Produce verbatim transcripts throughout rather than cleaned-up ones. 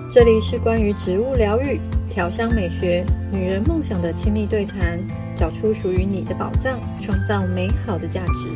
这里是关于植物疗愈、调香美学、女人梦想的亲密对谈，找出属于你的宝藏，创造美好的价值。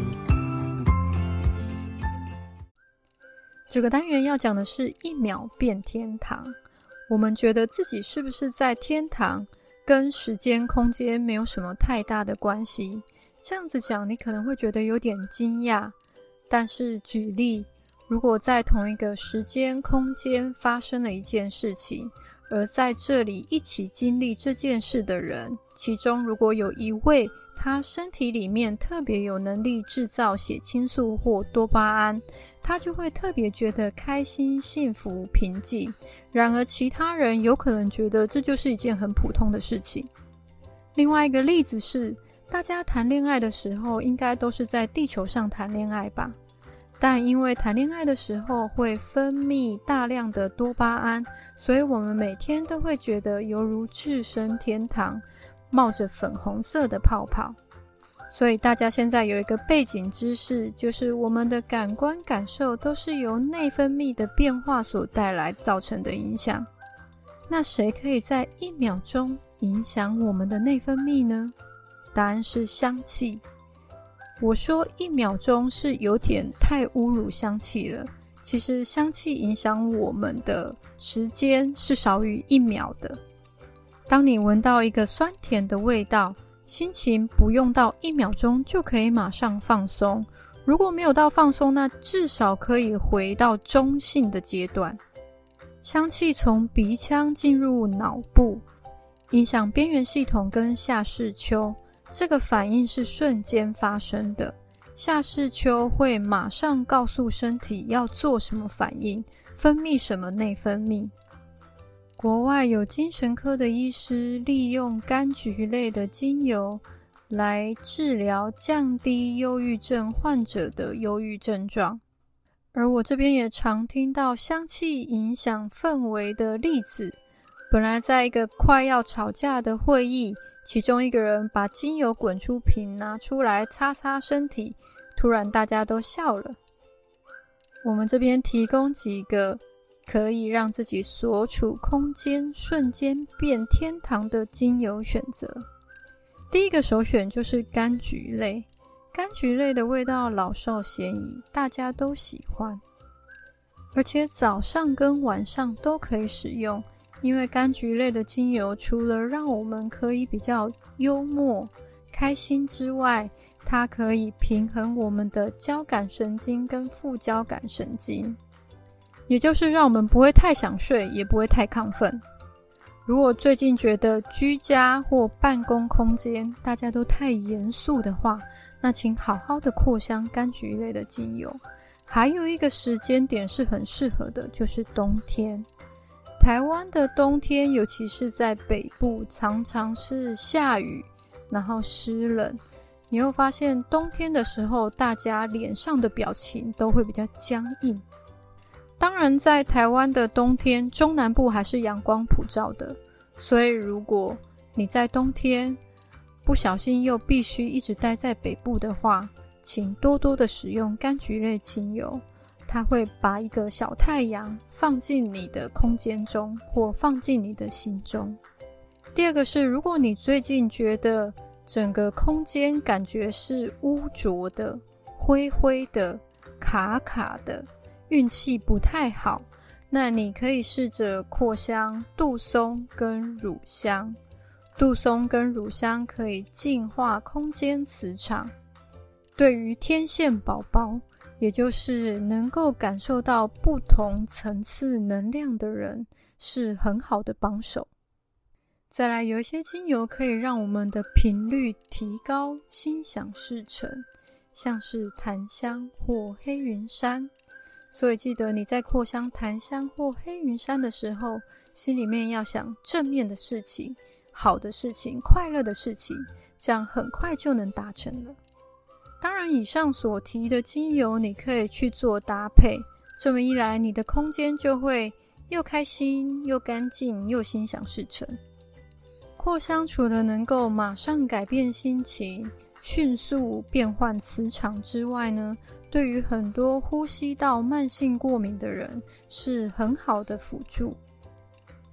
这个单元要讲的是一秒变天堂。我们觉得自己是不是在天堂，跟时间空间没有什么太大的关系。这样子讲你可能会觉得有点惊讶，但是举例，如果在同一个时间空间发生了一件事情，而在这里一起经历这件事的人，其中如果有一位他身体里面特别有能力制造血清素或多巴胺，他就会特别觉得开心、幸福、平静。然而其他人有可能觉得这就是一件很普通的事情。另外一个例子是，大家谈恋爱的时候应该都是在地球上谈恋爱吧，但因为谈恋爱的时候会分泌大量的多巴胺，所以我们每天都会觉得犹如置身天堂，冒着粉红色的泡泡。所以大家现在有一个背景知识，就是我们的感官感受都是由内分泌的变化所带来造成的影响。那谁可以在一秒钟影响我们的内分泌呢？答案是香气。我说一秒钟是有点太侮辱香气了，其实香气影响我们的时间是少于一秒的。当你闻到一个酸甜的味道，心情不用到一秒钟就可以马上放松，如果没有到放松，那至少可以回到中性的阶段。香气从鼻腔进入脑部，影响边缘系统跟下视丘，这个反应是瞬间发生的。下视丘会马上告诉身体要做什么反应，分泌什么内分泌。国外有精神科的医师利用柑橘类的精油来治疗降低忧郁症患者的忧郁症状。而我这边也常听到香气影响氛围的例子，本来在一个快要吵架的会议，其中一个人把精油滚出瓶拿出来擦擦身体，突然大家都笑了。我们这边提供几个可以让自己所处空间瞬间变天堂的精油选择。第一个首选就是柑橘类，柑橘类的味道老少咸宜，大家都喜欢，而且早上跟晚上都可以使用。因为柑橘类的精油除了让我们可以比较幽默开心之外，它可以平衡我们的交感神经跟副交感神经，也就是让我们不会太想睡，也不会太亢奋。如果最近觉得居家或办公空间大家都太严肃的话，那请好好的扩香柑橘类的精油。还有一个时间点是很适合的，就是冬天。台湾的冬天，尤其是在北部，常常是下雨，然后湿冷。你会发现冬天的时候，大家脸上的表情都会比较僵硬。当然在台湾的冬天，中南部还是阳光普照的，所以如果你在冬天不小心又必须一直待在北部的话，请多多的使用柑橘类精油，它会把一个小太阳放进你的空间中，或放进你的心中。第二个是，如果你最近觉得整个空间感觉是污浊的、灰灰的、卡卡的，运气不太好，那你可以试着扩香杜松跟乳香。杜松跟乳香可以净化空间磁场，对于天线宝宝，也就是能够感受到不同层次能量的人，是很好的帮手。再来，有一些精油可以让我们的频率提高，心想事成，像是檀香或黑云杉。所以记得你在扩香檀香或黑云杉的时候，心里面要想正面的事情、好的事情、快乐的事情，这样很快就能达成了。当然以上所提的精油你可以去做搭配，这么一来你的空间就会又开心又干净又心想事成。扩香除了能够马上改变心情，迅速变换磁场之外呢，对于很多呼吸道慢性过敏的人是很好的辅助。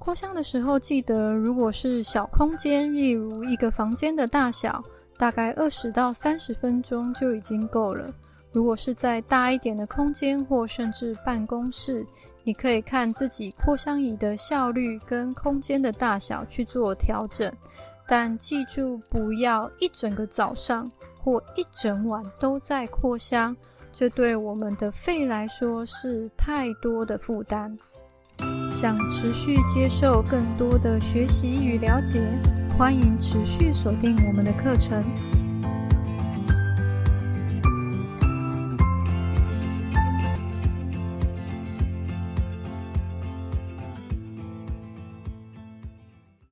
扩香的时候，记得如果是小空间，例如一个房间的大小，大概二十到三十分钟就已经够了。如果是在大一点的空间或甚至办公室，你可以看自己扩香仪的效率跟空间的大小去做调整，但记住不要一整个早上或一整晚都在扩香，这对我们的肺来说是太多的负担。想持续接受更多的学习与了解，欢迎持续锁定我们的课程。